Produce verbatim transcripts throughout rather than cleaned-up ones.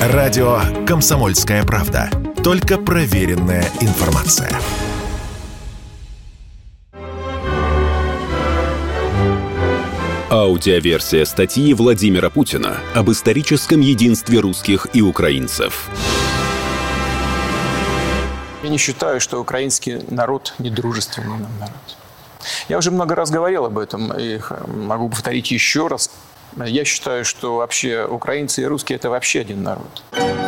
Радио «Комсомольская правда». Только проверенная информация. Аудиоверсия статьи Владимира Путина об историческом единстве русских и украинцев. Я не считаю, что украинский народ недружественный нам народ. Я уже много раз говорил об этом и могу повторить еще раз. Я считаю, что вообще украинцы и русские – это вообще один народ.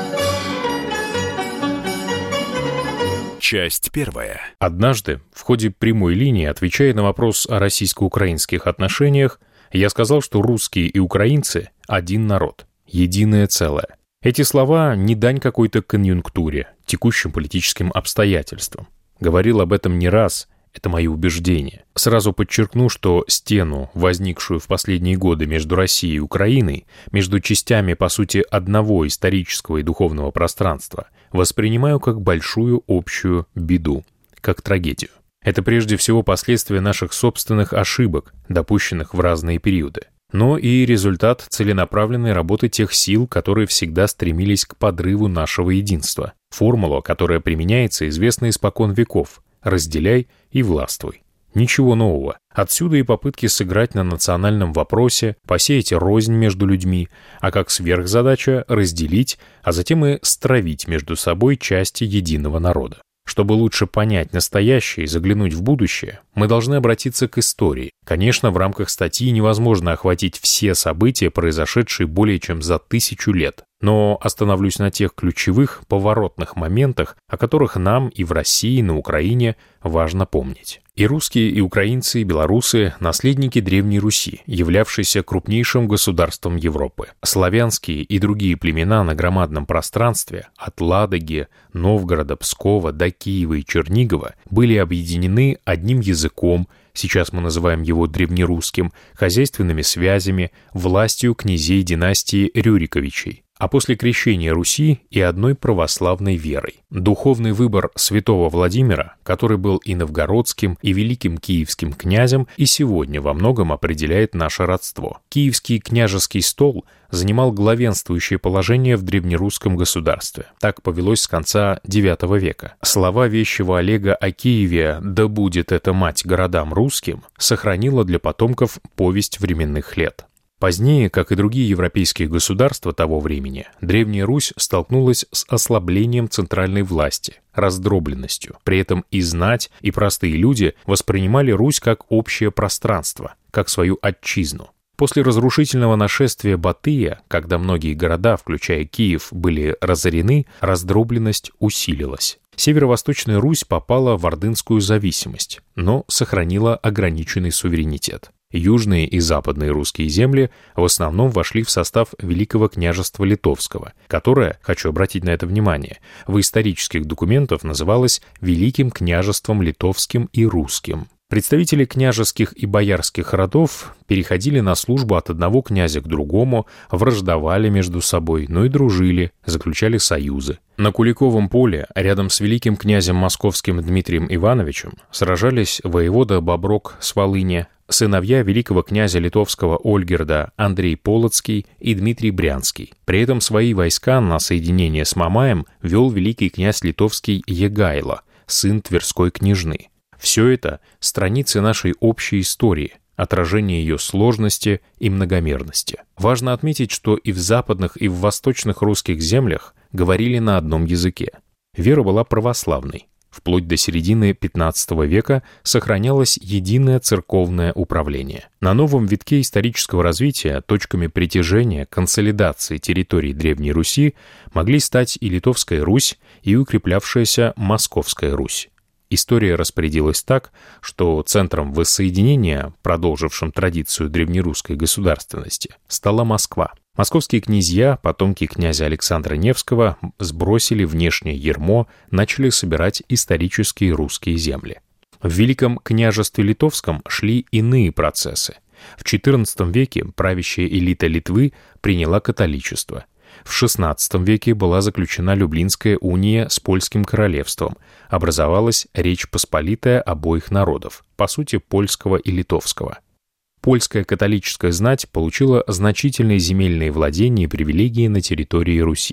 Часть первая. Однажды, в ходе прямой линии, отвечая на вопрос о российско-украинских отношениях, я сказал, что русские и украинцы – один народ, единое целое. Эти слова не дань какой-то конъюнктуре, текущим политическим обстоятельствам. Говорил об этом не раз, это мои убеждения. Сразу подчеркну, что стену, возникшую в последние годы между Россией и Украиной, между частями, по сути, одного исторического и духовного пространства, воспринимаю как большую общую беду, как трагедию. Это прежде всего последствия наших собственных ошибок, допущенных в разные периоды, но и результат целенаправленной работы тех сил, которые всегда стремились к подрыву нашего единства. Формула, которая применяется, известна испокон веков: «разделяй и властвуй». Ничего нового. Отсюда и попытки сыграть на национальном вопросе, посеять рознь между людьми, а как сверхзадача разделить, а затем и стравить между собой части единого народа. Чтобы лучше понять настоящее и заглянуть в будущее, мы должны обратиться к истории. Конечно, в рамках статьи невозможно охватить все события, произошедшие более чем за тысячу лет, но остановлюсь на тех ключевых, поворотных моментах, о которых нам и в России, и на Украине важно помнить. И русские, и украинцы, и белорусы – наследники Древней Руси, являвшейся крупнейшим государством Европы. Славянские и другие племена на громадном пространстве, от Ладоги, Новгорода, Пскова до Киева и Чернигова, были объединены одним языком, сейчас мы называем его древнерусским, хозяйственными связями, властью князей династии Рюриковичей, а после крещения Руси и одной православной верой. Духовный выбор святого Владимира, который был и новгородским, и великим киевским князем, и сегодня во многом определяет наше родство. Киевский княжеский стол занимал главенствующее положение в древнерусском государстве. Так повелось с конца девятого века. Слова вещего Олега о Киеве «Да будет эта мать городам русским» сохранила для потомков повесть временных лет. Позднее, как и другие европейские государства того времени, Древняя Русь столкнулась с ослаблением центральной власти, раздробленностью. При этом и знать, и простые люди воспринимали Русь как общее пространство, как свою отчизну. После разрушительного нашествия Батыя, когда многие города, включая Киев, были разорены, раздробленность усилилась. Северо-восточная Русь попала в ордынскую зависимость, но сохранила ограниченный суверенитет. Южные и западные русские земли в основном вошли в состав Великого княжества Литовского, которое, хочу обратить на это внимание, в исторических документах называлось Великим княжеством Литовским и Русским. Представители княжеских и боярских родов переходили на службу от одного князя к другому, враждовали между собой, но и дружили, заключали союзы. На Куликовом поле, рядом с великим князем московским Дмитрием Ивановичем, сражались воевода Боброк с Волыни, сыновья великого князя литовского Ольгерда Андрей Полоцкий и Дмитрий Брянский. При этом свои войска на соединение с Мамаем вел великий князь литовский Егайло, сын Тверской княжны. Все это — страницы нашей общей истории, отражение ее сложности и многомерности. Важно отметить, что и в западных, и в восточных русских землях говорили на одном языке. Вера была православной. Вплоть до середины пятнадцатого века сохранялось единое церковное управление. На новом витке исторического развития точками притяжения, консолидации территорий Древней Руси могли стать и Литовская Русь, и укреплявшаяся Московская Русь. История распорядилась так, что центром воссоединения, продолжившим традицию древнерусской государственности, стала Москва. Московские князья, потомки князя Александра Невского, сбросили внешнее ярмо, начали собирать исторические русские земли. В Великом княжестве Литовском шли иные процессы. В четырнадцатом веке правящая элита Литвы приняла католичество. В шестнадцатом веке была заключена Люблинская уния с Польским королевством. Образовалась Речь Посполитая обоих народов, по сути, польского и литовского. Польская католическая знать получила значительные земельные владения и привилегии на территории Руси.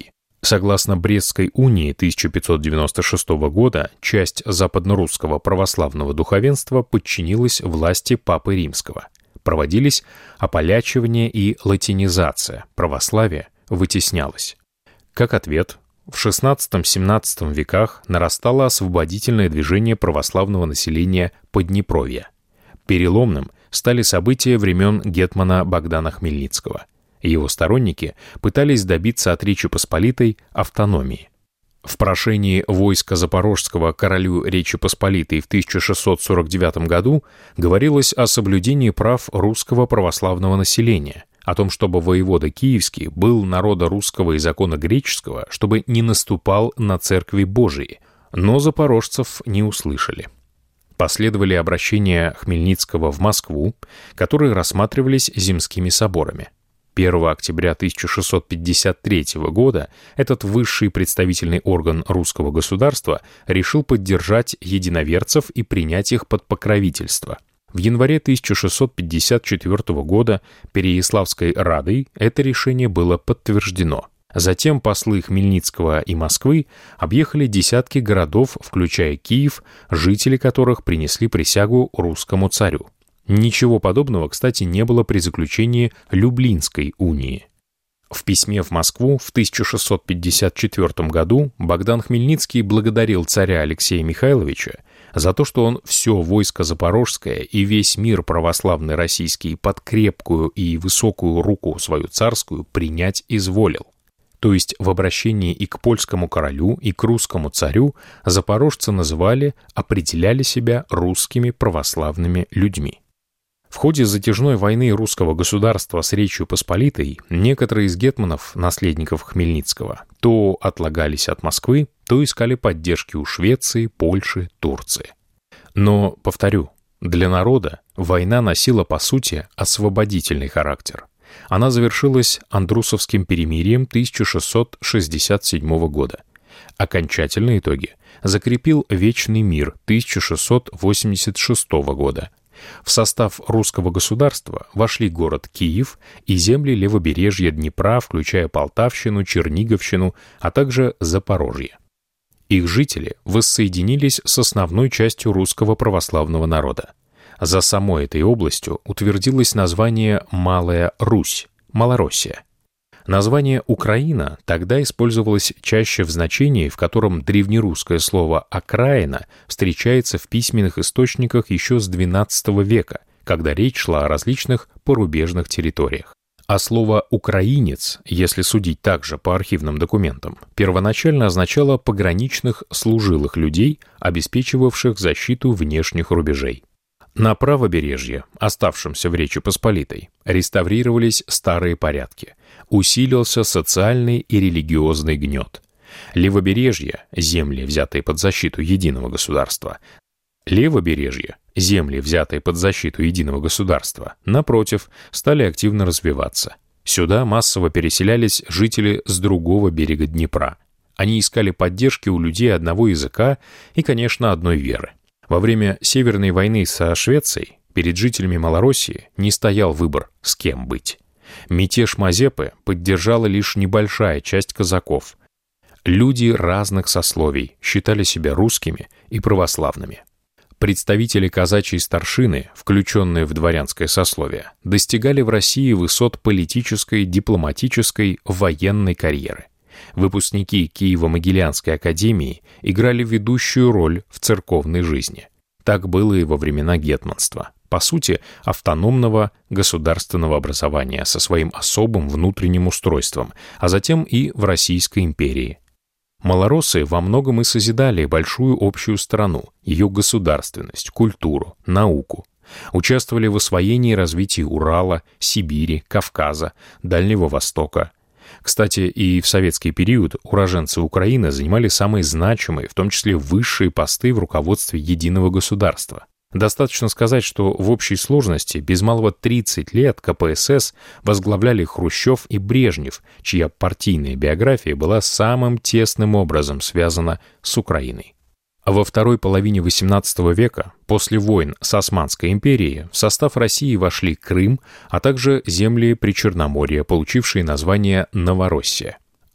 Согласно Брестской унии тысяча пятьсот девяносто шестого года, часть западнорусского православного духовенства подчинилась власти Папы Римского. Проводились ополячивание и латинизация, православие вытеснялось. Как ответ, в шестнадцатом-семнадцатом веках нарастало освободительное движение православного населения Поднепровья. Переломным стали события времен гетмана Богдана Хмельницкого. Его сторонники пытались добиться от Речи Посполитой автономии. В прошении войска Запорожского королю Речи Посполитой в тысяча шестьсот сорок девятом году говорилось о соблюдении прав русского православного населения, о том, чтобы воевода Киевский был народа русского и закона греческого, чтобы не наступал на церкви Божии, но запорожцев не услышали. Последовали обращения Хмельницкого в Москву, которые рассматривались земскими соборами. первого октября тысяча шестьсот пятьдесят третьего года этот высший представительный орган русского государства решил поддержать единоверцев и принять их под покровительство. В январе тысяча шестьсот пятьдесят четвертого года Переяславской Радой это решение было подтверждено. Затем послы Хмельницкого и Москвы объехали десятки городов, включая Киев, жители которых принесли присягу русскому царю. Ничего подобного, кстати, не было при заключении Люблинской унии. В письме в Москву в тысяча шестьсот пятьдесят четвертом году Богдан Хмельницкий благодарил царя Алексея Михайловича за то, что он все войско запорожское и весь мир православный российский под крепкую и высокую руку свою царскую принять изволил. То есть в обращении и к польскому королю, и к русскому царю запорожцы называли, определяли себя русскими православными людьми. В ходе затяжной войны русского государства с Речью Посполитой некоторые из гетманов, наследников Хмельницкого, то отлагались от Москвы, то искали поддержки у Швеции, Польши, Турции. Но, повторю, для народа война носила, по сути, освободительный характер. Она завершилась Андрусовским перемирием тысяча шестьсот шестьдесят седьмого года. Окончательные итоги закрепил Вечный мир тысяча шестьсот восемьдесят шестого года. В состав русского государства вошли город Киев и земли левобережья Днепра, включая Полтавщину, Черниговщину, а также Запорожье. Их жители воссоединились с основной частью русского православного народа. За самой этой областью утвердилось название «Малая Русь» — Малороссия. Название «Украина» тогда использовалось чаще в значении, в котором древнерусское слово «окраина» встречается в письменных источниках еще с двенадцатого века, когда речь шла о различных порубежных территориях. А слово «украинец», если судить также по архивным документам, первоначально означало пограничных служилых людей, обеспечивавших защиту внешних рубежей. На правобережье, оставшемся в Речи Посполитой, реставрировались старые порядки, усилился социальный и религиозный гнет. Левобережье – земли, взятые под защиту единого государства. Левобережье – земли, взятые под защиту единого государства, напротив, стали активно развиваться. Сюда массово переселялись жители с другого берега Днепра. Они искали поддержки у людей одного языка и, конечно, одной веры. Во время Северной войны со Швецией перед жителями Малороссии не стоял выбор, с кем быть. Мятеж Мазепы поддержала лишь небольшая часть казаков. Люди разных сословий считали себя русскими и православными. Представители казачьей старшины, включенные в дворянское сословие, достигали в России высот политической, дипломатической, военной карьеры. Выпускники Киево-Могилянской академии играли ведущую роль в церковной жизни. Так было и во времена гетманства, по сути, автономного государственного образования со своим особым внутренним устройством, а затем и в Российской империи. Малороссы во многом и созидали большую общую страну, ее государственность, культуру, науку. Участвовали в освоении и развитии Урала, Сибири, Кавказа, Дальнего Востока. Кстати, и в советский период уроженцы Украины занимали самые значимые, в том числе высшие посты в руководстве единого государства. Достаточно сказать, что в общей сложности без малого тридцать лет ка пэ эс эс возглавляли Хрущев и Брежнев, чья партийная биография была самым тесным образом связана с Украиной. А во второй половине восемнадцатого века, после войн с Османской империей, в состав России вошли Крым, а также земли Причерноморья, получившие название Новороссия.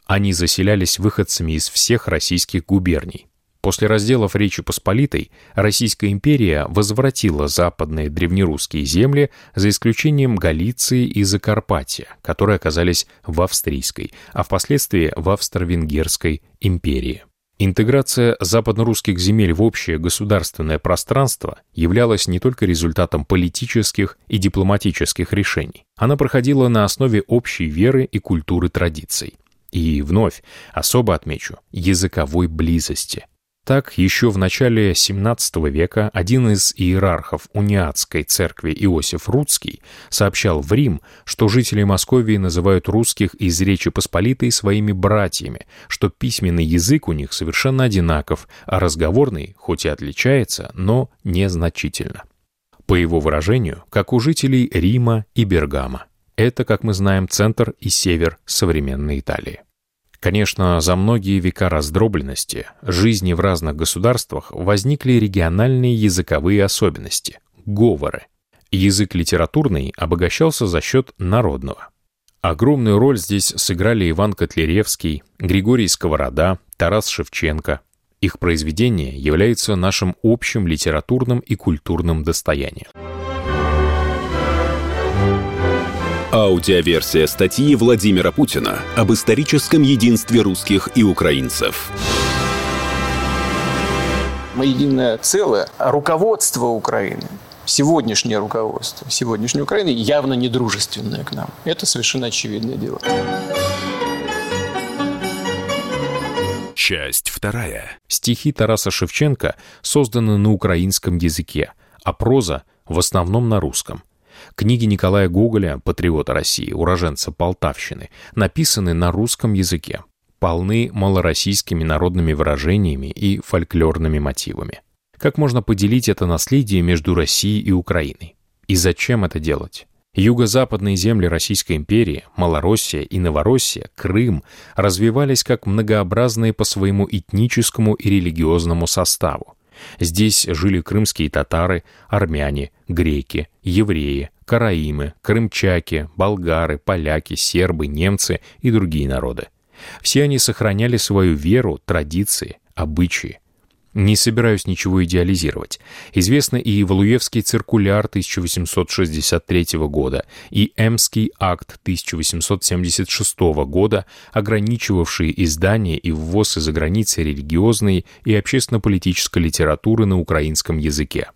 Они заселялись выходцами из всех российских губерний. После разделов Речи Посполитой Российская империя возвратила западные древнерусские земли за исключением Галиции и Закарпатья, которые оказались в Австрийской, а впоследствии в Австро-Венгерской империи. Интеграция западнорусских земель в общее государственное пространство являлась не только результатом политических и дипломатических решений. Она проходила на основе общей веры и культуры традиций. И вновь особо отмечу языковой близости. Так, еще в начале семнадцатого века один из иерархов униатской церкви Иосиф Рудский сообщал в Рим, что жители Московии называют русских из Речи Посполитой своими братьями, что письменный язык у них совершенно одинаков, а разговорный, хоть и отличается, но незначительно. По его выражению, как у жителей Рима и Бергама. Это, как мы знаем, центр и север современной Италии. Конечно, за многие века раздробленности, жизни в разных государствах возникли региональные языковые особенности – говоры. Язык литературный обогащался за счет народного. Огромную роль здесь сыграли Иван Котляревский, Григорий Сковорода, Тарас Шевченко. Их произведение является нашим общим литературным и культурным достоянием. Аудиоверсия статьи Владимира Путина об историческом единстве русских и украинцев. Мы единое целое. Руководство Украины, сегодняшнее руководство сегодняшней Украины явно недружественное к нам. Это совершенно очевидное дело. Часть вторая. Стихи Тараса Шевченко созданы на украинском языке, а проза в основном на русском. Книги Николая Гоголя, патриота России, уроженца Полтавщины, написаны на русском языке, полны малороссийскими народными выражениями и фольклорными мотивами. Как можно поделить это наследие между Россией и Украиной? И зачем это делать? Юго-западные земли Российской империи, Малороссия и Новороссия, Крым развивались как многообразные по своему этническому и религиозному составу. Здесь жили крымские татары, армяне, греки, евреи, караимы, крымчаки, болгары, поляки, сербы, немцы и другие народы. Все они сохраняли свою веру, традиции, обычаи. Не собираюсь ничего идеализировать. Известны и Валуевский циркуляр тысяча восемьсот шестьдесят третьего года, и Эмский акт тысяча восемьсот семьдесят шестого года, ограничивавшие издание и ввоз из-за границы религиозной и общественно-политической литературы на украинском языке.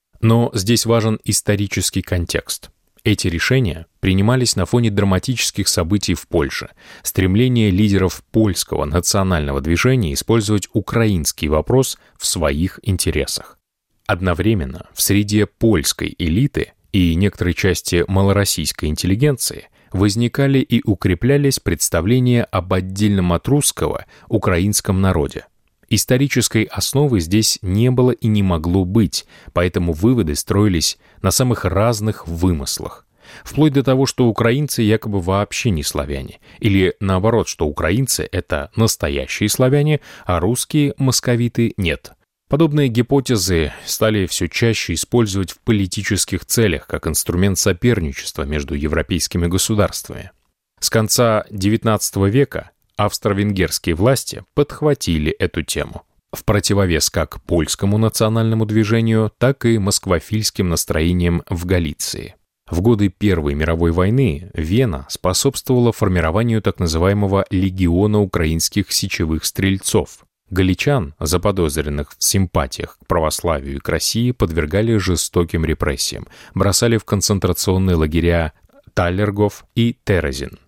Но здесь важен исторический контекст. Эти решения принимались на фоне драматических событий в Польше, стремления лидеров польского национального движения использовать украинский вопрос в своих интересах. Одновременно в среде польской элиты и некоторой части малороссийской интеллигенции возникали и укреплялись представления об отдельном от русского украинском народе. Исторической основы здесь не было и не могло быть, поэтому выводы строились на самых разных вымыслах. Вплоть до того, что украинцы якобы вообще не славяне, или наоборот, что украинцы — это настоящие славяне, а русские московиты — нет. Подобные гипотезы стали все чаще использовать в политических целях как инструмент соперничества между европейскими государствами. С конца девятнадцатого века австро-венгерские власти подхватили эту тему, в противовес как польскому национальному движению, так и москвофильским настроениям в Галиции. В годы Первой мировой войны Вена способствовала формированию так называемого «легиона украинских сечевых стрельцов». Галичан, заподозренных в симпатиях к православию и к России, подвергали жестоким репрессиям, бросали в концентрационные лагеря Таллергов и Терезин.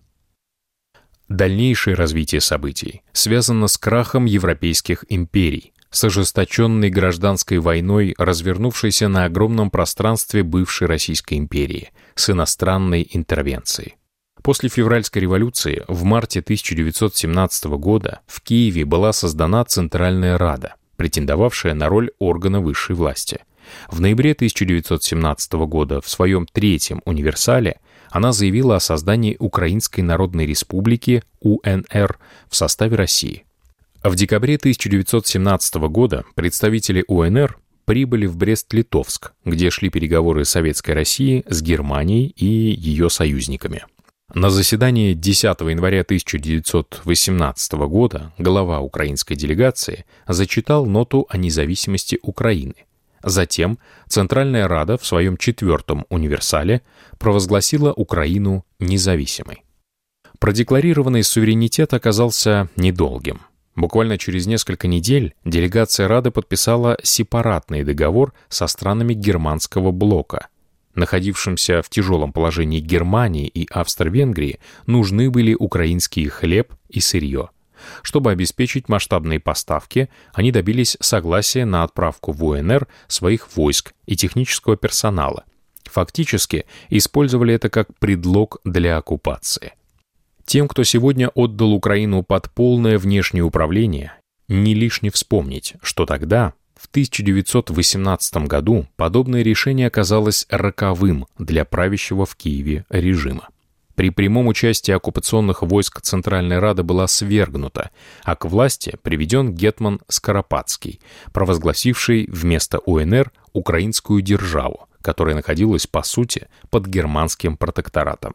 Дальнейшее развитие событий связано с крахом европейских империй, с ожесточенной гражданской войной, развернувшейся на огромном пространстве бывшей Российской империи, с иностранной интервенцией. После февральской революции в марте тысяча девятьсот семнадцатого года в Киеве была создана Центральная Рада, претендовавшая на роль органа высшей власти. В ноябре тысяча девятьсот семнадцатого года в своем третьем универсале она заявила о создании Украинской Народной Республики У Н Р в составе России. В декабре тысяча девятьсот семнадцатого года представители У Н Р прибыли в Брест-Литовск, где шли переговоры Советской России с Германией и ее союзниками. На заседании десятого января тысяча девятьсот восемнадцатого года глава украинской делегации зачитал ноту о независимости Украины. Затем Центральная Рада в своем четвертом универсале провозгласила Украину независимой. Продекларированный суверенитет оказался недолгим. Буквально через несколько недель делегация Рады подписала сепаратный договор со странами германского блока. Находившимся в тяжелом положении Германии и Австро-Венгрии нужны были украинский хлеб и сырье. Чтобы обеспечить масштабные поставки, они добились согласия на отправку в УНР своих войск и технического персонала. Фактически использовали это как предлог для оккупации. Тем, кто сегодня отдал Украину под полное внешнее управление, не лишне вспомнить, что тогда, в тысяча девятьсот восемнадцатом году, подобное решение оказалось роковым для правящего в Киеве режима. При прямом участии оккупационных войск Центральная Рада была свергнута, а к власти приведен гетман Скоропадский, провозгласивший вместо УНР украинскую державу, которая находилась, по сути, под германским протекторатом.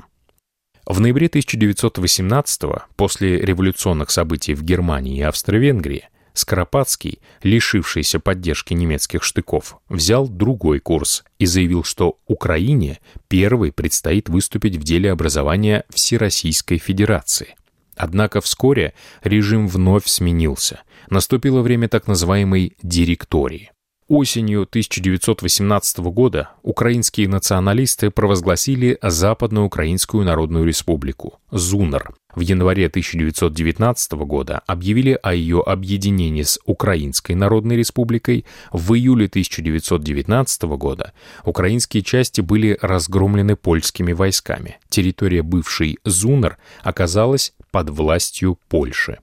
В ноябре тысяча девятьсот восемнадцатого, после революционных событий в Германии и Австро-Венгрии, Скоропадский, лишившийся поддержки немецких штыков, взял другой курс и заявил, что Украине первой предстоит выступить в деле образования Всероссийской Федерации. Однако вскоре режим вновь сменился. Наступило время так называемой директории. Осенью тысяча девятьсот восемнадцатого года украинские националисты провозгласили Западноукраинскую Народную Республику, ЗУНР. В январе тысяча девятьсот девятнадцатого года объявили о ее объединении с Украинской Народной Республикой. В июле тысяча девятьсот девятнадцатого года украинские части были разгромлены польскими войсками. Территория бывшей ЗУНР оказалась под властью Польши.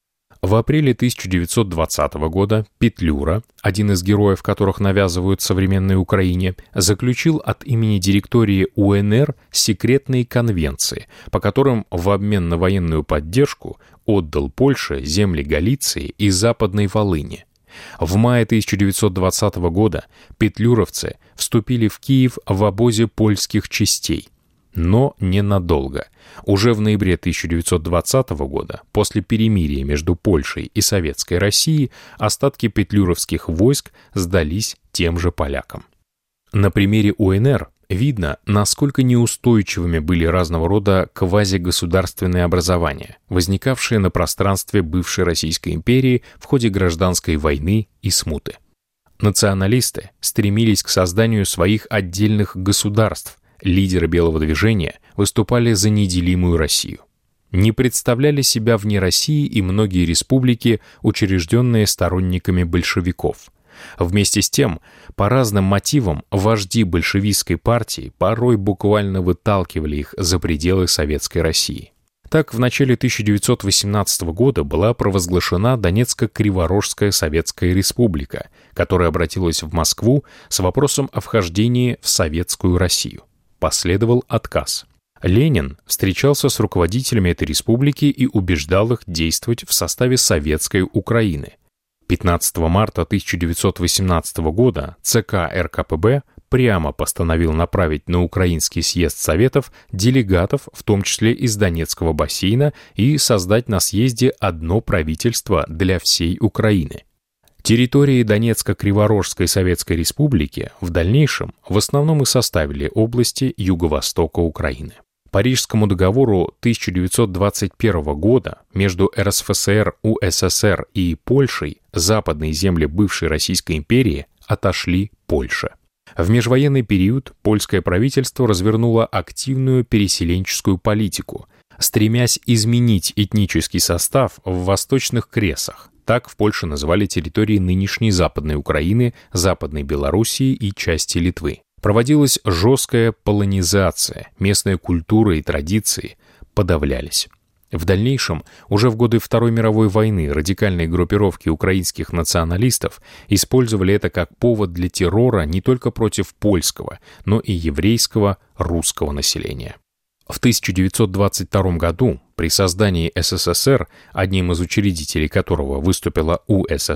В апреле тысяча девятьсот двадцатого года Петлюра, один из героев которых навязывают современной Украине, заключил от имени директории УНР секретные конвенции, по которым в обмен на военную поддержку отдал Польше земли Галиции и Западной Волыни. В мае тысяча девятьсот двадцатого года петлюровцы вступили в Киев в обозе польских частей. Но ненадолго. Уже в ноябре тысяча девятьсот двадцатого года, после перемирия между Польшей и Советской Россией, остатки петлюровских войск сдались тем же полякам. На примере УНР видно, насколько неустойчивыми были разного рода квазигосударственные образования, возникавшие на пространстве бывшей Российской империи в ходе гражданской войны и смуты. Националисты стремились к созданию своих отдельных государств. Лидеры Белого движения выступали за неделимую Россию. Не представляли себя вне России и многие республики, учрежденные сторонниками большевиков. Вместе с тем, по разным мотивам, вожди большевистской партии порой буквально выталкивали их за пределы Советской России. Так, в начале тысяча девятьсот восемнадцатого года была провозглашена Донецко-Криворожская Советская Республика, которая обратилась в Москву с вопросом о вхождении в Советскую Россию. Последовал отказ. Ленин встречался с руководителями этой республики и убеждал их действовать в составе Советской Украины. пятнадцатого марта тысяча девятьсот восемнадцатого года ЦК РКПБ прямо постановил направить на Украинский съезд Советов делегатов, в том числе из Донецкого бассейна, и создать на съезде одно правительство для всей Украины. Территории Донецко-Криворожской Советской Республики в дальнейшем в основном и составили области юго-востока Украины. Парижскому договору тысяча девятьсот двадцать первого года между РСФСР, УССР и Польшей западные земли бывшей Российской империи отошли Польше. В межвоенный период польское правительство развернуло активную переселенческую политику, стремясь изменить этнический состав в восточных Кresах. Так в Польше называли территории нынешней Западной Украины, Западной Белоруссии и части Литвы. Проводилась жесткая полонизация, местная культура и традиции подавлялись. В дальнейшем, уже в годы Второй мировой войны, радикальные группировки украинских националистов использовали это как повод для террора не только против польского, но и еврейского, русского населения. В тысяча девятьсот двадцать втором году при создании СССР, одним из учредителей которого выступила УССР,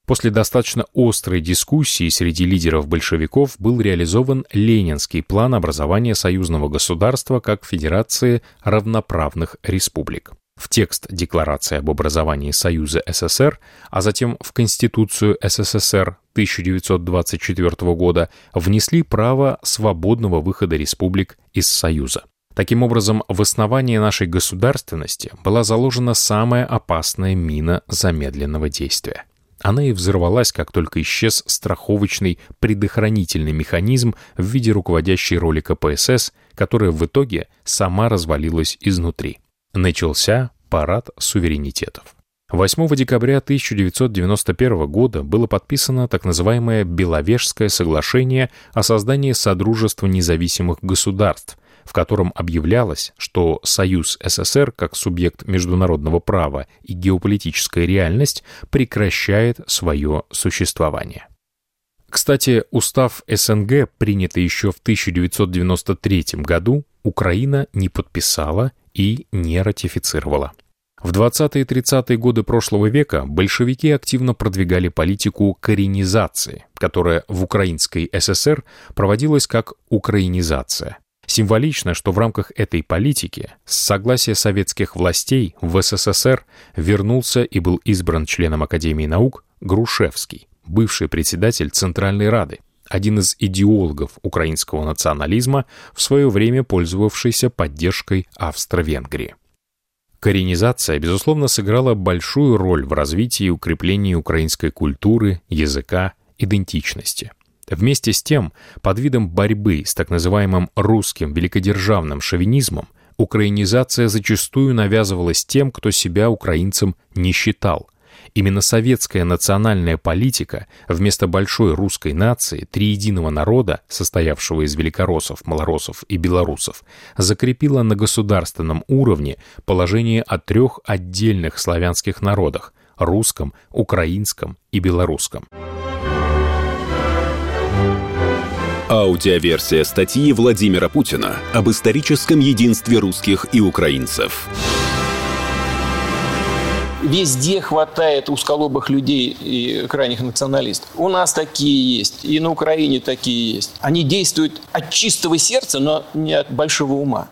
После достаточно острой дискуссии среди лидеров большевиков был реализован ленинский план образования союзного государства как Федерации равноправных республик. В текст Декларации об образовании Союза СССР, а затем в Конституцию СССР тысяча девятьсот двадцать четвёртого года внесли право свободного выхода республик из Союза. Таким образом, в основании нашей государственности была заложена самая опасная мина замедленного действия. Она и взорвалась, как только исчез страховочный предохранительный механизм в виде руководящей роли ка пэ эс эс, которая в итоге сама развалилась изнутри. Начался парад суверенитетов. восьмого декабря тысяча девятьсот девяносто первого года было подписано так называемое Беловежское соглашение о создании Содружества независимых государств, в котором объявлялось, что Союз СССР как субъект международного права и геополитическая реальность прекращает свое существование. Кстати, устав эс эн гэ, принятый еще в тысяча девятьсот девяносто третьем году, Украина не подписала и не ратифицировала. В двадцатые и тридцатые годы прошлого века большевики активно продвигали политику коренизации, которая в Украинской эс эс эр проводилась как украинизация. Символично, что в рамках этой политики с согласия советских властей в эс эс эс эр вернулся и был избран членом Академии наук Грушевский, бывший председатель Центральной Рады, один из идеологов украинского национализма, в свое время пользовавшийся поддержкой Австро-Венгрии. Коренизация, безусловно, сыграла большую роль в развитии и укреплении украинской культуры, языка, идентичности. Вместе с тем, под видом борьбы с так называемым русским великодержавным шовинизмом, украинизация зачастую навязывалась тем, кто себя украинцем не считал. Именно советская национальная политика вместо большой русской нации, триединого народа, состоявшего из великороссов, малороссов и белорусов, закрепила на государственном уровне положение о трех отдельных славянских народах – русском, украинском и белорусском. Аудиоверсия статьи Владимира Путина об историческом единстве русских и украинцев. Везде хватает узколобых людей и крайних националистов. У нас такие есть, и на Украине такие есть. Они действуют от чистого сердца, но не от большого ума.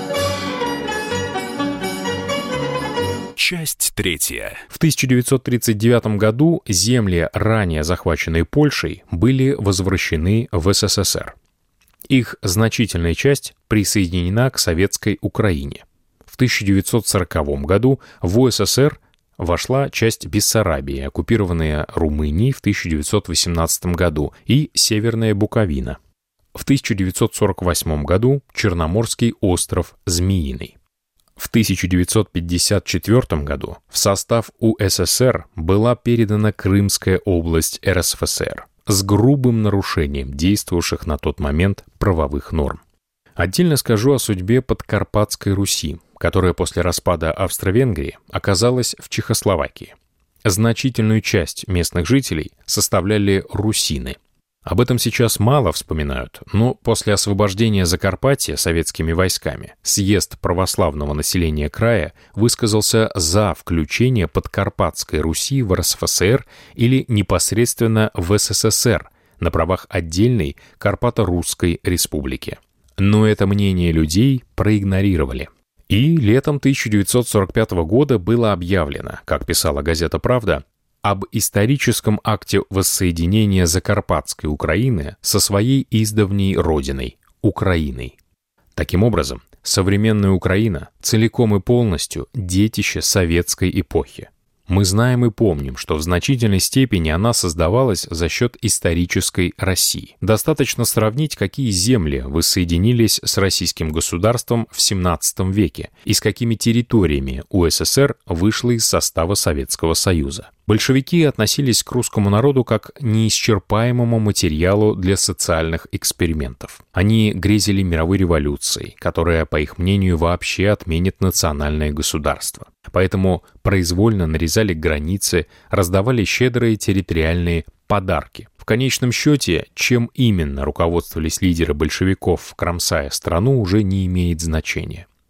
Часть третья. В тысяча девятьсот тридцать девятом году земли, ранее захваченные Польшей, были возвращены в эс эс эс эр. Их значительная часть присоединена к советской Украине. В тысяча девятьсот сороковом году в у эс эс эр вошла часть Бессарабии, оккупированная Румынией в тысяча девятьсот восемнадцатом году, и Северная Буковина. В тысяча девятьсот сорок восьмом году Черноморский остров Змеиный. В тысяча девятьсот пятьдесят четвёртом году в состав у эс эс эр была передана Крымская область эр эс эф эс эр с грубым нарушением действовавших на тот момент правовых норм. Отдельно скажу о судьбе Подкарпатской Руси, которая после распада Австро-Венгрии оказалась в Чехословакии. Значительную часть местных жителей составляли русины. Об этом сейчас мало вспоминают, но после освобождения Закарпатья советскими войсками съезд православного населения края высказался за включение Подкарпатской Руси в эр эс эф эс эр или непосредственно в эс эс эс эр на правах отдельной Карпато-Русской республики. Но это мнение людей проигнорировали. И летом тысяча девятьсот сорок пятого года было объявлено, как писала газета «Правда», об историческом акте воссоединения Закарпатской Украины со своей издавней родиной – Украиной. Таким образом, современная Украина целиком и полностью детище советской эпохи. Мы знаем и помним, что в значительной степени она создавалась за счет исторической России. Достаточно сравнить, какие земли воссоединились с российским государством в семнадцатом веке и с какими территориями у эс эс эр вышло из состава Советского Союза. Большевики относились к русскому народу как к неисчерпаемому материалу для социальных экспериментов. Они грезили мировой революцией, которая, по их мнению, вообще отменит национальное государство. Поэтому произвольно нарезали границы, раздавали щедрые территориальные подарки. В конечном счете, чем именно руководствовались лидеры большевиков, кромсая страну, уже не имеет значения.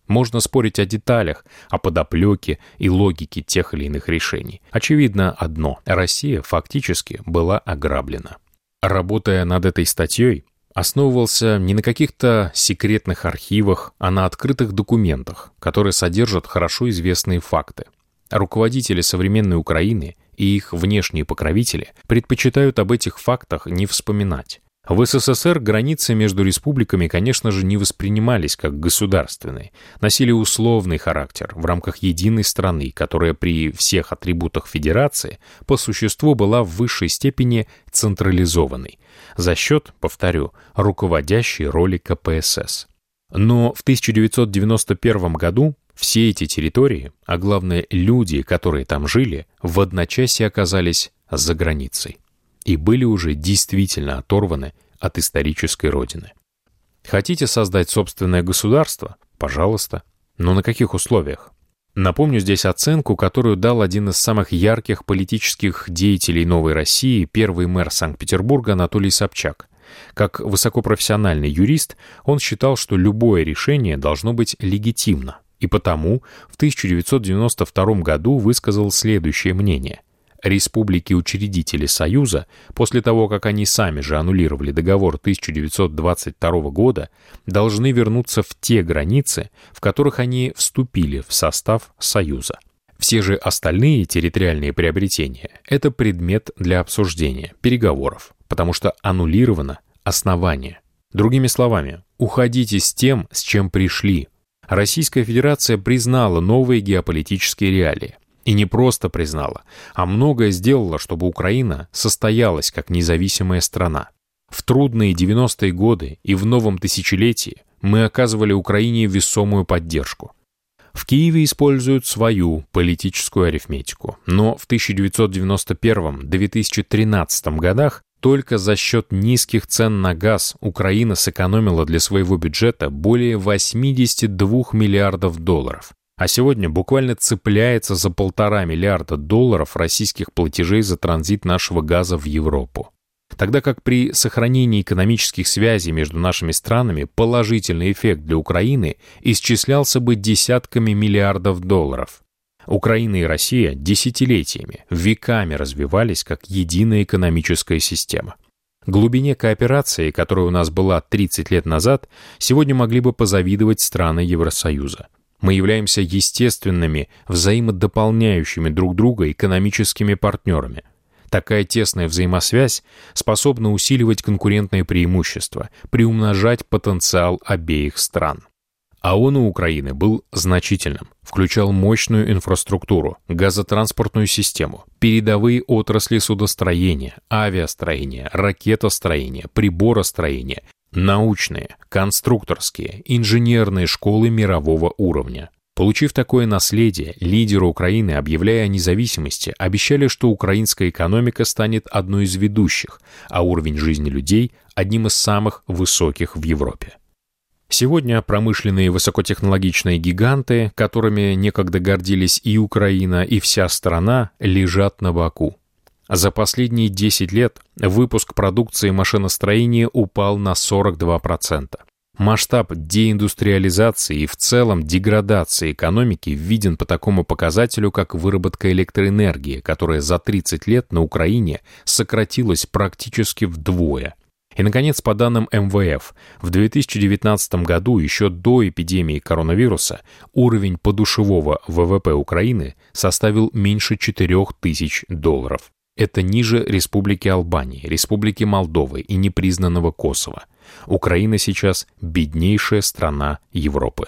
Можно спорить о деталях, о подоплеке и логике тех или иных решений. Очевидно одно – Россия фактически была ограблена. Работая над этой статьей, основывался не на каких-то секретных архивах, а на открытых документах, которые содержат хорошо известные факты. Руководители современной Украины и их внешние покровители предпочитают об этих фактах не вспоминать. В СССР границы между республиками, конечно же, не воспринимались как государственные, носили условный характер в рамках единой страны, которая при всех атрибутах федерации по существу была в высшей степени централизованной, за счет, повторю, руководящей роли ка пэ эс эс. Но в тысяча девятьсот девяносто первом году все эти территории, а главное люди, которые там жили, в одночасье оказались за границей и были уже действительно оторваны от исторической родины. Хотите создать собственное государство? Пожалуйста. Но на каких условиях? Напомню здесь оценку, которую дал один из самых ярких политических деятелей Новой России, первый мэр Санкт-Петербурга Анатолий Собчак. Как высокопрофессиональный юрист, он считал, что любое решение должно быть легитимно, и потому в тысяча девятьсот девяносто втором году высказал следующее мнение. Республики-учредители Союза, после того, как они сами же аннулировали договор тысяча девятьсот двадцать второго года, должны вернуться в те границы, в которых они вступили в состав Союза. Все же остальные территориальные приобретения – это предмет для обсуждения, переговоров, потому что аннулировано основание. Другими словами, уходите с тем, с чем пришли. Российская Федерация признала новые геополитические реалии. И не просто признала, а многое сделала, чтобы Украина состоялась как независимая страна. В трудные девяностые годы и в новом тысячелетии мы оказывали Украине весомую поддержку. В Киеве используют свою политическую арифметику, но в тысяча девятьсот девяносто первом — две тысячи тринадцатом годах только за счет низких цен на газ Украина сэкономила для своего бюджета более восемьдесят два миллиардов долларов. А сегодня буквально цепляется за полтора миллиарда долларов российских платежей за транзит нашего газа в Европу. Тогда как при сохранении экономических связей между нашими странами положительный эффект для Украины исчислялся бы десятками миллиардов долларов. Украина и Россия десятилетиями, веками развивались как единая экономическая система. Глубине кооперации, которая у нас была тридцать лет назад, сегодня могли бы позавидовать страны Евросоюза. Мы являемся естественными, взаимодополняющими друг друга экономическими партнерами. Такая тесная взаимосвязь способна усиливать конкурентные преимущества, приумножать потенциал обеих стран. А он у Украины был значительным, включал мощную инфраструктуру, газотранспортную систему, передовые отрасли судостроения, авиастроения, ракетостроения, приборостроения, научные, конструкторские, инженерные школы мирового уровня. Получив такое наследие, лидеры Украины, объявляя о независимости, обещали, что украинская экономика станет одной из ведущих, а уровень жизни людей – одним из самых высоких в Европе. Сегодня промышленные высокотехнологичные гиганты, которыми некогда гордились и Украина, и вся страна, лежат на боку. За последние десять лет выпуск продукции машиностроения упал на сорок два процента. Масштаб деиндустриализации и в целом деградации экономики виден по такому показателю, как выработка электроэнергии, которая за тридцать лет на Украине сократилась практически вдвое. И, наконец, по данным эм вэ эф, в две тысячи девятнадцатом году, еще до эпидемии коронавируса, уровень подушевого вэ вэ пэ Украины составил меньше четырех тысяч долларов. Это ниже Республики Албании, Республики Молдовы и непризнанного Косово. Украина сейчас беднейшая страна Европы.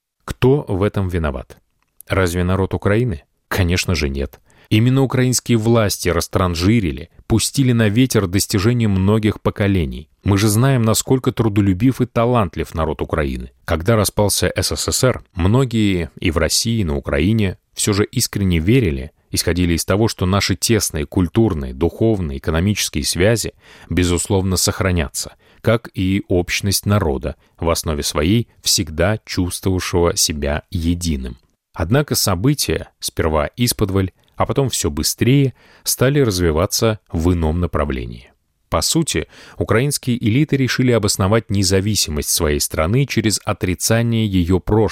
Кто в этом виноват? Разве народ Украины? Конечно же нет. Именно украинские власти растранжирили, пустили на ветер достижения многих поколений. Мы же знаем, насколько трудолюбив и талантлив народ Украины. Когда распался эс эс эс эр, многие и в России, и на Украине все же искренне верили, исходили из того, что наши тесные культурные, духовные, экономические связи, безусловно, сохранятся, как и общность народа, в основе своей всегда чувствовавшего себя единым. Однако события, сперва исподволь, а потом все быстрее, стали развиваться в ином направлении. По сути, украинские элиты решили обосновать независимость своей страны через отрицание ее прошлого,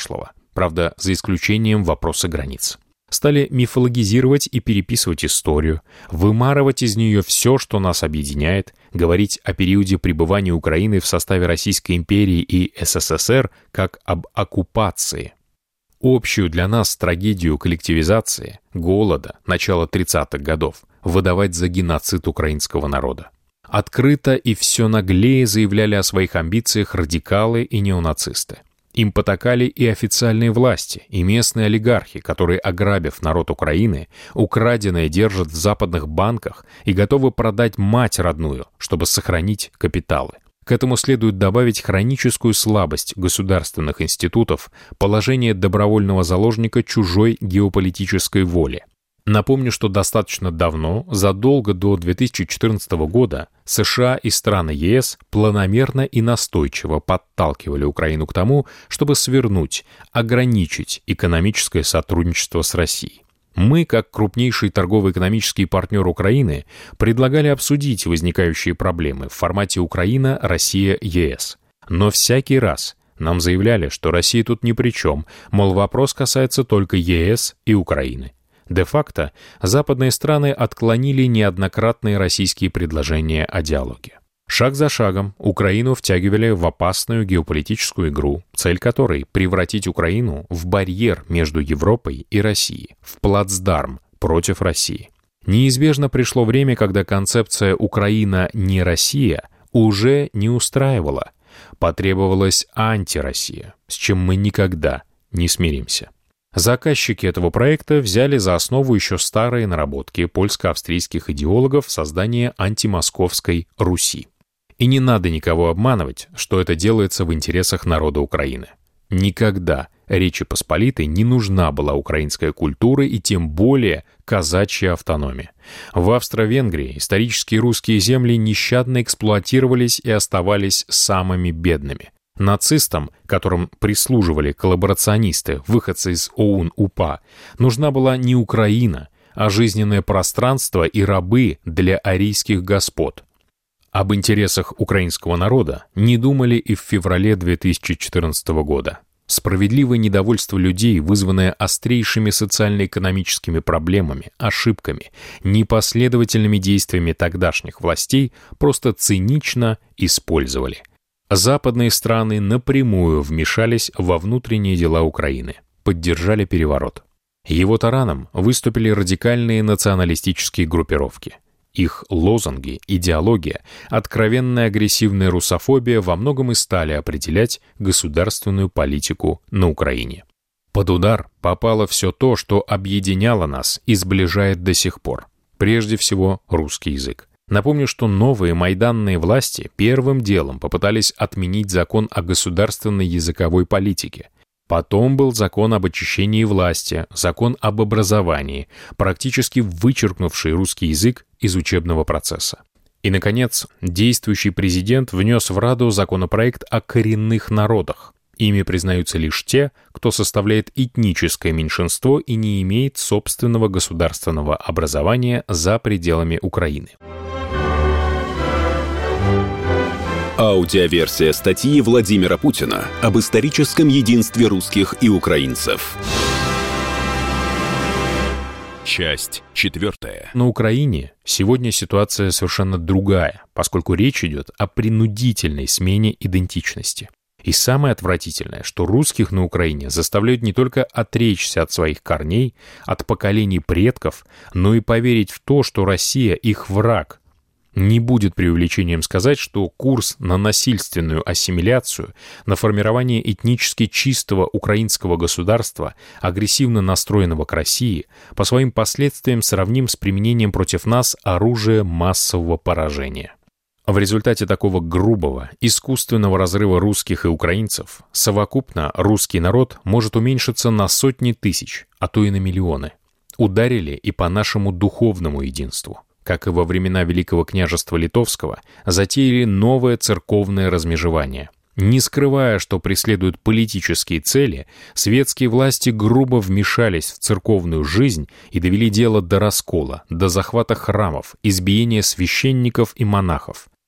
правда, за исключением вопроса границ. Стали мифологизировать и переписывать историю, вымарывать из нее все, что нас объединяет, говорить о периоде пребывания Украины в составе Российской империи и СССР как об оккупации. Общую для нас трагедию коллективизации, голода, начала тридцатых годов выдавать за геноцид украинского народа. Открыто и все наглее заявляли о своих амбициях радикалы и неонацисты. Им потакали и официальные власти, и местные олигархи, которые, ограбив народ Украины, украденное держат в западных банках и готовы продать мать родную, чтобы сохранить капиталы. К этому следует добавить хроническую слабость государственных институтов, положение добровольного заложника чужой геополитической воли. Напомню, что достаточно давно, задолго до две тысячи четырнадцатого года, США и страны ЕС планомерно и настойчиво подталкивали Украину к тому, чтобы свернуть, ограничить экономическое сотрудничество с Россией. Мы, как крупнейший торгово-экономический партнер Украины, предлагали обсудить возникающие проблемы в формате Украина, Россия, ЕС. Но всякий раз нам заявляли, что Россия тут ни при чем, мол, вопрос касается только ЕС и Украины. Де-факто, западные страны отклонили неоднократные российские предложения о диалоге. Шаг за шагом Украину втягивали в опасную геополитическую игру, цель которой — превратить Украину в барьер между Европой и Россией, в плацдарм против России. Неизбежно пришло время, когда концепция «Украина не Россия» уже не устраивала. Потребовалась антироссия, с чем мы никогда не смиримся. Заказчики этого проекта взяли за основу еще старые наработки польско-австрийских идеологов создания антимосковской Руси. И не надо никого обманывать, что это делается в интересах народа Украины. Никогда Речи Посполитой не нужна была украинская культура и тем более казачья автономия. В Австро-Венгрии исторические русские земли нещадно эксплуатировались и оставались самыми бедными. Нацистам, которым прислуживали коллаборационисты, выходцы из ОУН-УПА, нужна была не Украина, а жизненное пространство и рабы для арийских господ. Об интересах украинского народа не думали и в феврале две тысячи четырнадцатого года. Справедливое недовольство людей, вызванное острейшими социально-экономическими проблемами, ошибками, непоследовательными действиями тогдашних властей, просто цинично использовали. Западные страны напрямую вмешались во внутренние дела Украины, поддержали переворот. Его тараном выступили радикальные националистические группировки. Их лозунги, идеология, откровенная агрессивная русофобия во многом и стали определять государственную политику на Украине. Под удар попало все то, что объединяло нас и сближает до сих пор. Прежде всего, русский язык. Напомню, что новые майданные власти первым делом попытались отменить закон о государственной языковой политике. Потом был закон об очищении власти, закон об образовании, практически вычеркнувший русский язык из учебного процесса. И, наконец, действующий президент внес в Раду законопроект о коренных народах. Ими признаются лишь те, кто составляет этническое меньшинство и не имеет собственного государственного образования за пределами Украины. Аудиоверсия статьи Владимира Путина об историческом единстве русских и украинцев. Часть четвертая. На Украине сегодня ситуация совершенно другая, поскольку речь идет о принудительной смене идентичности. И самое отвратительное, что русских на Украине заставляют не только отречься от своих корней, от поколений предков, но и поверить в то, что Россия их враг. Не будет преувеличением сказать, что курс на насильственную ассимиляцию, на формирование этнически чистого украинского государства, агрессивно настроенного к России, по своим последствиям сравним с применением против нас оружия массового поражения. В результате такого грубого, искусственного разрыва русских и украинцев совокупно русский народ может уменьшиться на сотни тысяч, а то и на миллионы. Ударили и по нашему духовному единству. Как и во времена Великого княжества Литовского, затеяли новое церковное размежевание. Не скрывая, что преследуют политические цели, светские власти грубо вмешались в церковную жизнь и довели дело до раскола, до захвата храмов, избиения священников и монахов.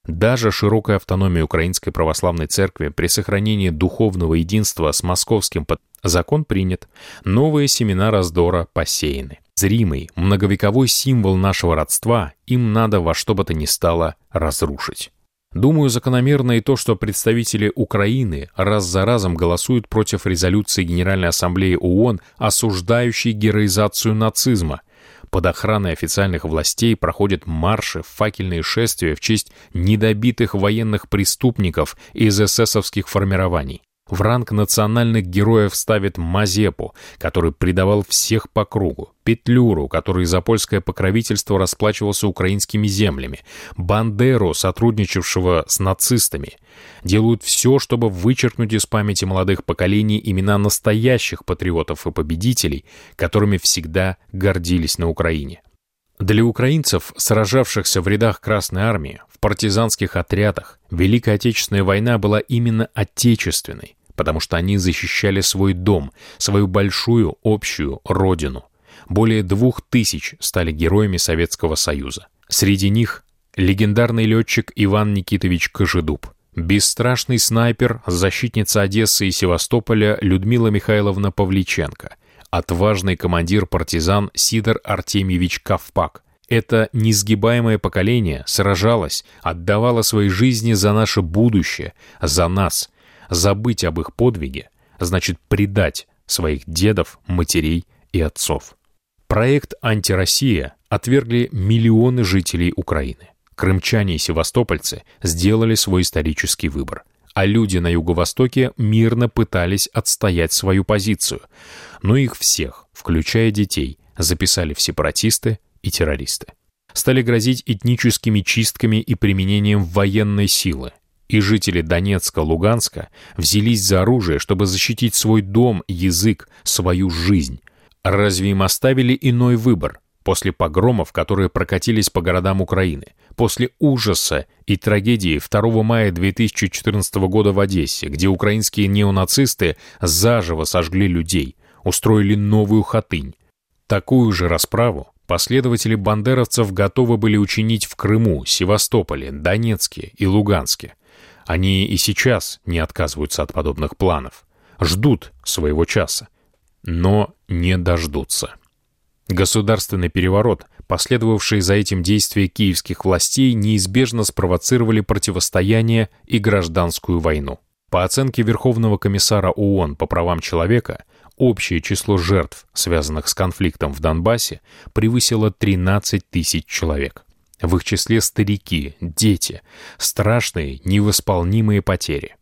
Даже широкая автономия Украинской Православной Церкви при сохранении духовного единства с московским под... закон принят, новые семена раздора посеяны. Зримый, многовековой символ нашего родства им надо во что бы то ни стало разрушить. Думаю, закономерно и то, что представители Украины раз за разом голосуют против резолюции Генеральной Ассамблеи ООН, осуждающей героизацию нацизма. Под охраной официальных властей проходят марши, факельные шествия в честь недобитых военных преступников из эсэсовских формирований. В ранг национальных героев ставит Мазепу, который предавал всех по кругу, Петлюру, который за польское покровительство расплачивался украинскими землями, Бандеру, сотрудничавшего с нацистами. Делают все, чтобы вычеркнуть из памяти молодых поколений имена настоящих патриотов и победителей, которыми всегда гордились на Украине. Для украинцев, сражавшихся в рядах Красной Армии, в партизанских отрядах, Великая Отечественная война была именно отечественной, потому что они защищали свой дом, свою большую общую родину. Более двух тысяч стали героями Советского Союза. Среди них легендарный летчик Иван Никитович Кожедуб, бесстрашный снайпер, защитница Одессы и Севастополя Людмила Михайловна Павличенко, отважный командир партизан Сидор Артемьевич Ковпак. Это несгибаемое поколение сражалось, отдавало свои жизни за наше будущее, за нас. Забыть об их подвиге значит предать своих дедов, матерей и отцов. Проект «Антироссия» отвергли миллионы жителей Украины. Крымчане и севастопольцы сделали свой исторический выбор, а люди на Юго-Востоке мирно пытались отстоять свою позицию. Но их всех, включая детей, записали в сепаратисты и террористы. Стали грозить этническими чистками и применением военной силы. И жители Донецка, Луганска взялись за оружие, чтобы защитить свой дом, язык, свою жизнь. Разве им оставили иной выбор? После погромов, которые прокатились по городам Украины, после ужаса и трагедии второго мая две тысячи четырнадцатого года в Одессе, где украинские неонацисты заживо сожгли людей, устроили новую Хатынь. Такую же расправу последователи бандеровцев готовы были учинить в Крыму, Севастополе, Донецке и Луганске. Они и сейчас не отказываются от подобных планов. Ждут своего часа, но не дождутся. Государственный переворот, последовавший за этим действия киевских властей, неизбежно спровоцировали противостояние и гражданскую войну. По оценке Верховного комиссара ООН по правам человека, общее число жертв, связанных с конфликтом в Донбассе, превысило тринадцать тысяч человек. В их числе старики, дети, страшные, невосполнимые потери.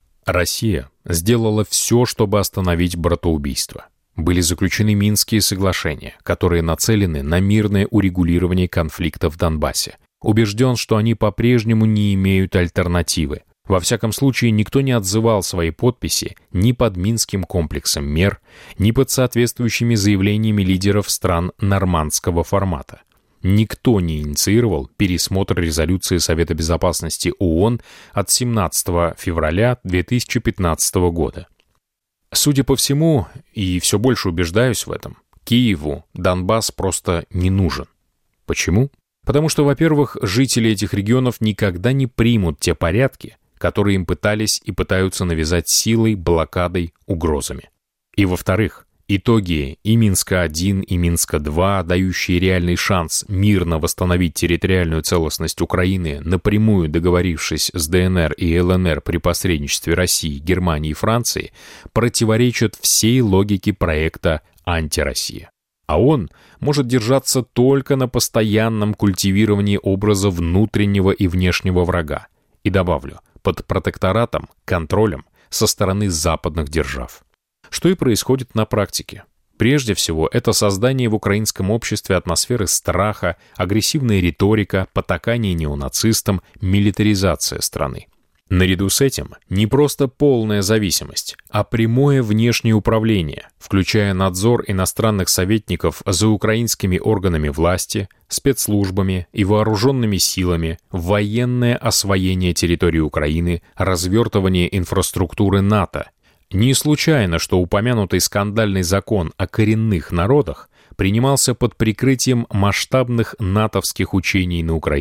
Россия сделала все, чтобы остановить братоубийство. Были заключены Минские соглашения, которые нацелены на мирное урегулирование конфликта в Донбассе. Убежден, что они по-прежнему не имеют альтернативы. Во всяком случае, никто не отзывал свои подписи ни под Минским комплексом мер, ни под соответствующими заявлениями лидеров стран нормандского формата. Никто не инициировал пересмотр резолюции Совета Безопасности ООН от семнадцатого февраля две тысячи пятнадцатого года. Судя по всему, и все больше убеждаюсь в этом, Киеву Донбасс просто не нужен. Почему? Потому что, во-первых, жители этих регионов никогда не примут те порядки, которые им пытались и пытаются навязать силой, блокадой, угрозами. И, во-вторых, итоги и Минска один, и Минска два, дающие реальный шанс мирно восстановить территориальную целостность Украины, напрямую договорившись с ДНР и ЛНР при посредничестве России, Германии и Франции, противоречат всей логике проекта «Антироссия». А он может держаться только на постоянном культивировании образа внутреннего и внешнего врага. И добавлю, под протекторатом, контролем со стороны западных держав. Что и происходит на практике. Прежде всего, это создание в украинском обществе атмосферы страха, агрессивная риторика, потакание неонацистам, милитаризация страны. Наряду с этим не просто полная зависимость, а прямое внешнее управление, включая надзор иностранных советников за украинскими органами власти, спецслужбами и вооруженными силами, военное освоение территории Украины, развертывание инфраструктуры НАТО. Не случайно, что упомянутый скандальный закон о коренных народах принимался под прикрытием масштабных натовских учений на Украине.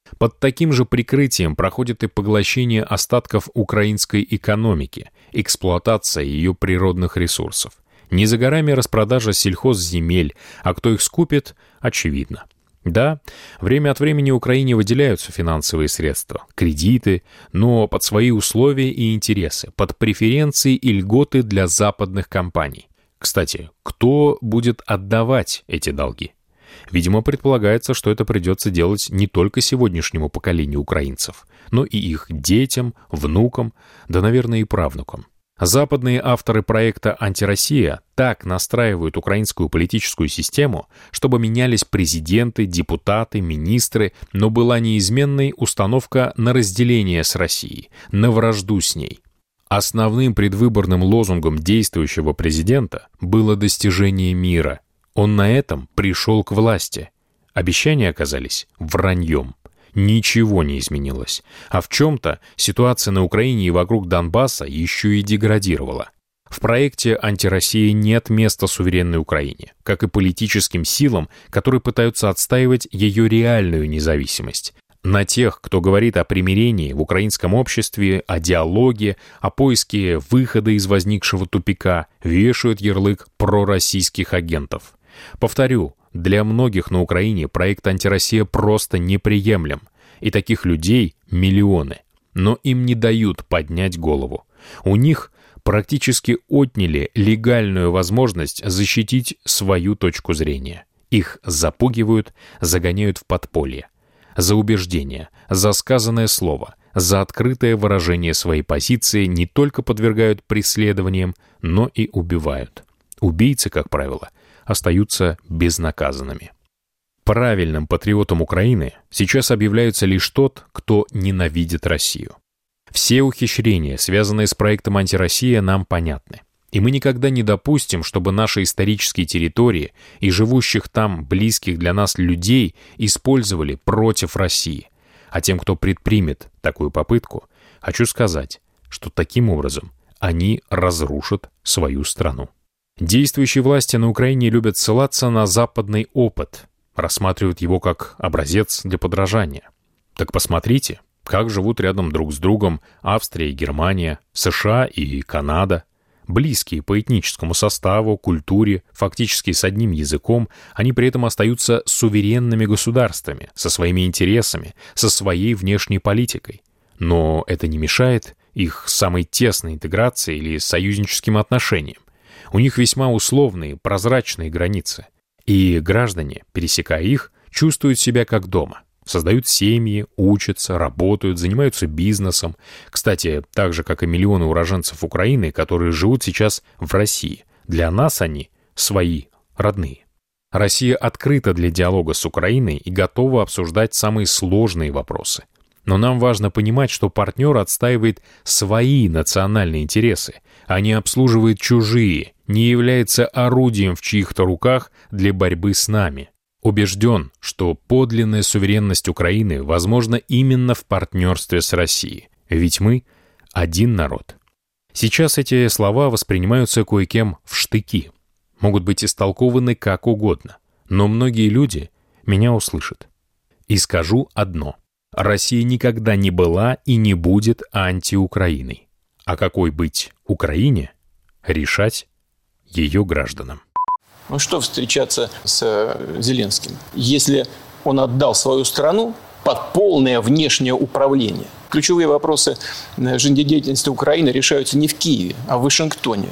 Под таким же прикрытием проходит и поглощение остатков украинской экономики, эксплуатация ее природных ресурсов. Не за горами распродажа сельхозземель, а кто их скупит, очевидно. Да, время от времени Украине выделяются финансовые средства, кредиты, но под свои условия и интересы, под преференции и льготы для западных компаний. Кстати, кто будет отдавать эти долги? Видимо, предполагается, что это придется делать не только сегодняшнему поколению украинцев, но и их детям, внукам, да, наверное, и правнукам. Западные авторы проекта «Антироссия» так настраивают украинскую политическую систему, чтобы менялись президенты, депутаты, министры, но была неизменной установка на разделение с Россией, на вражду с ней. Основным предвыборным лозунгом действующего президента было достижение мира. Он на этом пришел к власти. Обещания оказались враньем. Ничего не изменилось. А в чем-то ситуация на Украине и вокруг Донбасса еще и деградировала. В проекте «Антироссия» нет места суверенной Украине, как и политическим силам, которые пытаются отстаивать ее реальную независимость. На тех, кто говорит о примирении в украинском обществе, о диалоге, о поиске выхода из возникшего тупика, вешают ярлык пророссийских агентов. Повторю, для многих на Украине проект «Антироссия» просто неприемлем, и таких людей миллионы. Но им не дают поднять голову. У них практически отняли легальную возможность защитить свою точку зрения. Их запугивают, загоняют в подполье. За убеждение, за сказанное слово, за открытое выражение своей позиции не только подвергают преследованиям, но и убивают. Убийцы, как правило, остаются безнаказанными. Правильным патриотом Украины сейчас объявляется лишь тот, кто ненавидит Россию. Все ухищрения, связанные с проектом «Антироссия», нам понятны. И мы никогда не допустим, чтобы наши исторические территории и живущих там близких для нас людей использовали против России. А тем, кто предпримет такую попытку, хочу сказать, что таким образом они разрушат свою страну. Действующие власти на Украине любят ссылаться на западный опыт, рассматривают его как образец для подражания. Так посмотрите, как живут рядом друг с другом Австрия и Германия, США и Канада. Близкие по этническому составу, культуре, фактически с одним языком, они при этом остаются суверенными государствами, со своими интересами, со своей внешней политикой. Но это не мешает их самой тесной интеграции или союзническим отношениям. У них весьма условные, прозрачные границы. И граждане, пересекая их, чувствуют себя как дома. Создают семьи, учатся, работают, занимаются бизнесом. Кстати, так же, как и миллионы уроженцев Украины, которые живут сейчас в России. Для нас они свои, родные. Россия открыта для диалога с Украиной и готова обсуждать самые сложные вопросы. Но нам важно понимать, что партнер отстаивает свои национальные интересы, а не обслуживает чужие, не является орудием в чьих-то руках для борьбы с нами. Убежден, что подлинная суверенность Украины возможна именно в партнерстве с Россией, ведь мы один народ. Сейчас эти слова воспринимаются кое-кем в штыки, могут быть истолкованы как угодно, но многие люди меня услышат. И скажу одно. Россия никогда не была и не будет антиукраиной. А какой быть Украине, решать ее гражданам. Ну что встречаться с Зеленским, если он отдал свою страну под полное внешнее управление? Ключевые вопросы жизнедеятельности Украины решаются не в Киеве, а в Вашингтоне.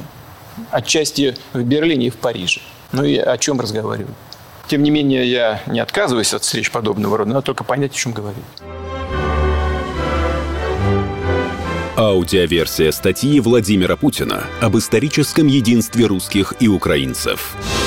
Отчасти в Берлине и в Париже. Ну и о чем разговариваю? Тем не менее, я не отказываюсь от встреч подобного рода, надо только понять, о чем говорить. Аудиоверсия статьи Владимира Путина об историческом единстве русских и украинцев.